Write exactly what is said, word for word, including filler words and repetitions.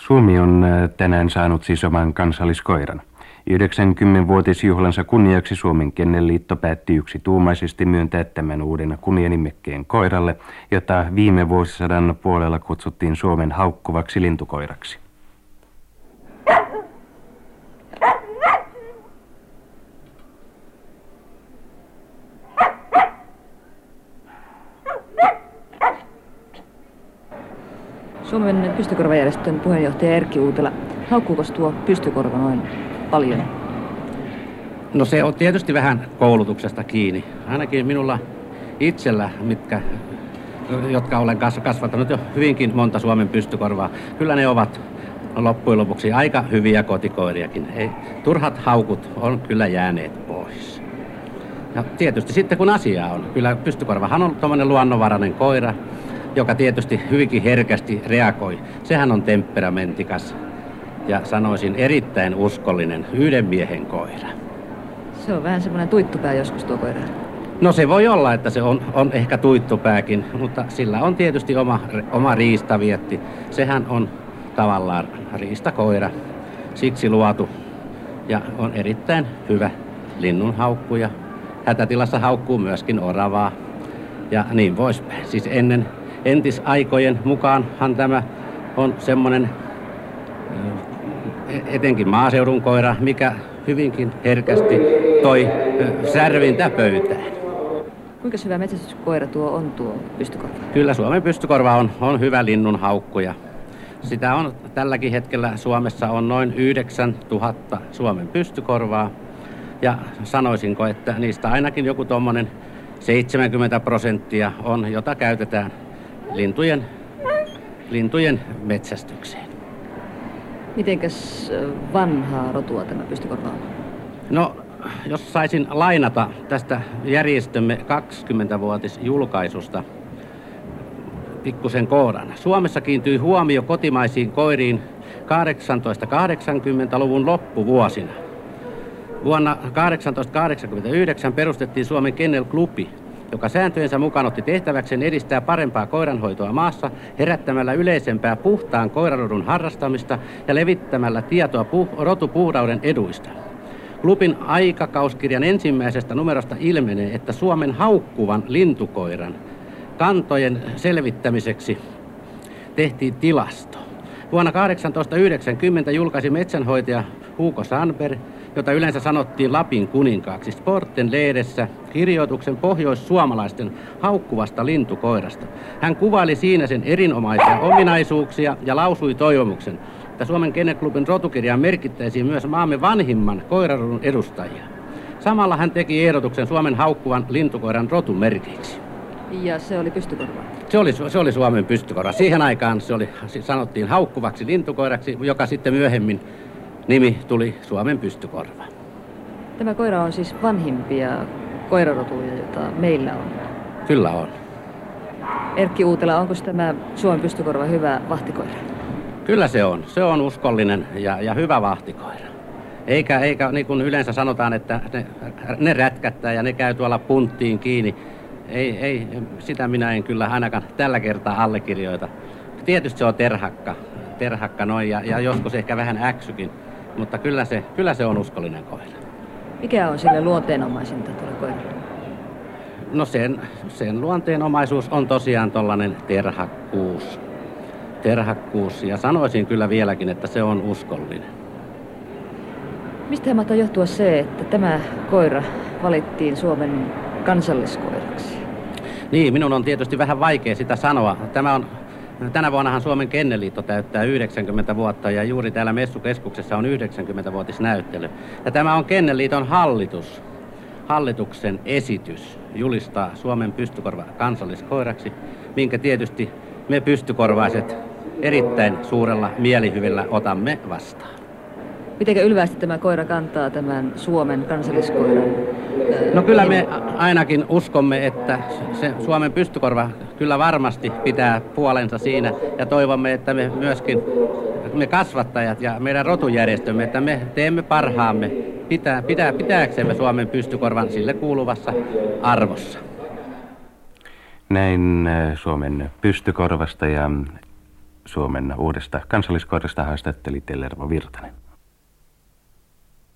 Suomi on tänään saanut siis oman kansalliskoiran. yhdeksänkymmenvuotisjuhlansa kunniaksi Suomen Kennelliitto päätti yksituumaisesti myöntää tämän uuden kunnianimekkeen koiralle, jota viime vuosisadan puolella kutsuttiin Suomen haukkuvaksi lintukoiraksi. Suomen pystykorvajärjestön puheenjohtaja Erkki Uutela, haukkuuko tuo pystykorva noin paljon? No se on tietysti vähän koulutuksesta kiinni. Ainakin minulla itsellä, mitkä, jotka olen kasvattanut jo hyvinkin monta Suomen pystykorvaa, kyllä ne ovat loppujen lopuksi aika hyviä kotikoiriakin. Ei, turhat haukut on kyllä jääneet pois. Ja tietysti sitten kun asiaa on, kyllä pystykorvahan on tuommoinen luonnonvarainen koira, joka tietysti hyvinkin herkästi reagoi. Sehän on temperamentikas ja sanoisin erittäin uskollinen yhden miehen koira. Se on vähän semmoinen tuittupää joskus tuo koira. No se voi olla, että se on, on ehkä tuittupääkin, mutta sillä on tietysti oma, oma riistavietti. Sehän on tavallaan riistakoira, siksi luotu ja on erittäin hyvä linnunhaukkuja. Hätätilassa haukkuu myöskin oravaa ja niin poispäin. Siis ennen entisaikojen mukaanhan tämä on semmoinen etenkin maaseudun koira, mikä hyvinkin herkästi toi särvintä pöytään. Kuinka hyvä metsästyskoira tuo on tuo pystykorva? Kyllä Suomen pystykorva on, on hyvä linnunhaukkuja. Sitä on tälläkin hetkellä Suomessa on noin yhdeksäntuhatta Suomen pystykorvaa. Ja sanoisinko, että niistä ainakin joku tommonen seitsemänkymmentä prosenttia on, jota käytetään lintujen, lintujen metsästykseen. Mitenkäs vanhaa rotua tämä pystykorva on? No, jos saisin lainata tästä järjestömme kaksikymmentävuotisjulkaisusta pikkusen koodan. Suomessa kiintyi huomio kotimaisiin koiriin tuhatkahdeksansataakahdeksankymmentäluvun loppuvuosina. Vuonna tuhatkahdeksansataakahdeksankymmentäyhdeksän perustettiin Suomen Kennel-klubi, joka sääntöjensä mukaan otti tehtäväkseen edistää parempaa koiranhoitoa maassa herättämällä yleisempää puhtaan koirarodun harrastamista ja levittämällä tietoa puh- rotupuhdauden eduista. Klubin aikakauskirjan ensimmäisestä numerosta ilmenee, että Suomen haukkuvan lintukoiran kantojen selvittämiseksi tehtiin tilasto. Vuonna tuhatkahdeksansataayhdeksänkymmentä julkaisi metsänhoitaja Hugo Sandberg, jota yleensä sanottiin Lapin kuninkaaksi, Sporten lehdessä kirjoituksen pohjoissuomalaisten haukkuvasta lintukoirasta. Hän kuvaili siinä sen erinomaisia ominaisuuksia ja lausui toivomuksen, että Suomen Kennel-klubin rotukirjaan merkittäisiin myös maamme vanhimman koirarodun edustajia. Samalla hän teki ehdotuksen Suomen haukkuvan lintukoiran rotumerkeiksi. Ja se oli pystykorva? Se oli, se oli Suomen pystykorva. Siihen aikaan se oli, sanottiin haukkuvaksi lintukoiraksi, joka sitten myöhemmin nimi tuli Suomen pystykorva. Tämä koira on siis vanhimpia koirarotuja, joita meillä on. Kyllä on. Erkki Uutela, onko tämä Suomen pystykorva hyvä vahtikoira? Kyllä se on. Se on uskollinen ja, ja hyvä vahtikoira. Eikä, eikä niin kuin yleensä sanotaan, että ne, ne rätkättää ja ne käy tuolla punttiin kiinni. Ei, ei, sitä minä en kyllä ainakaan tällä kertaa allekirjoita. Tietysti se on terhakka, terhakka noin ja, ja joskus ehkä vähän äksykin, mutta kyllä se, kyllä se on uskollinen koira. Mikä on sille luonteenomaisinta tuolla koiralla? No sen, sen luonteenomaisuus on tosiaan tollainen terhakkuus. Terhakkuus ja sanoisin kyllä vieläkin, että se on uskollinen. Mistä mahtaa johtua se, että tämä koira valittiin Suomen kansalliskoiraksi? Niin, minun on tietysti vähän vaikea sitä sanoa. Tämä on, tänä vuonnahan Suomen Kennelliitto täyttää yhdeksänkymmentä vuotta ja juuri täällä Messukeskuksessa on yhdeksänkymmentävuotisnäyttely. Ja tämä on Kennelliiton hallitus, hallituksen esitys julistaa Suomen pystykorva kansalliskoiraksi, minkä tietysti me pystykorvaiset erittäin suurella mielihyvillä otamme vastaan. Mitenkä ylvästi tämä koira kantaa tämän Suomen kansalliskoiran? No kyllä me ainakin uskomme, että se Suomen pystykorva kyllä varmasti pitää puolensa siinä ja toivomme, että me myöskin, me kasvattajat ja meidän rotujärjestömme, että me teemme parhaamme pitää, pitää, pitääksemme Suomen pystykorvan sille kuuluvassa arvossa. Näin Suomen pystykorvasta ja Suomen uudesta kansalliskoirasta haastatteli Tellervo Virtanen.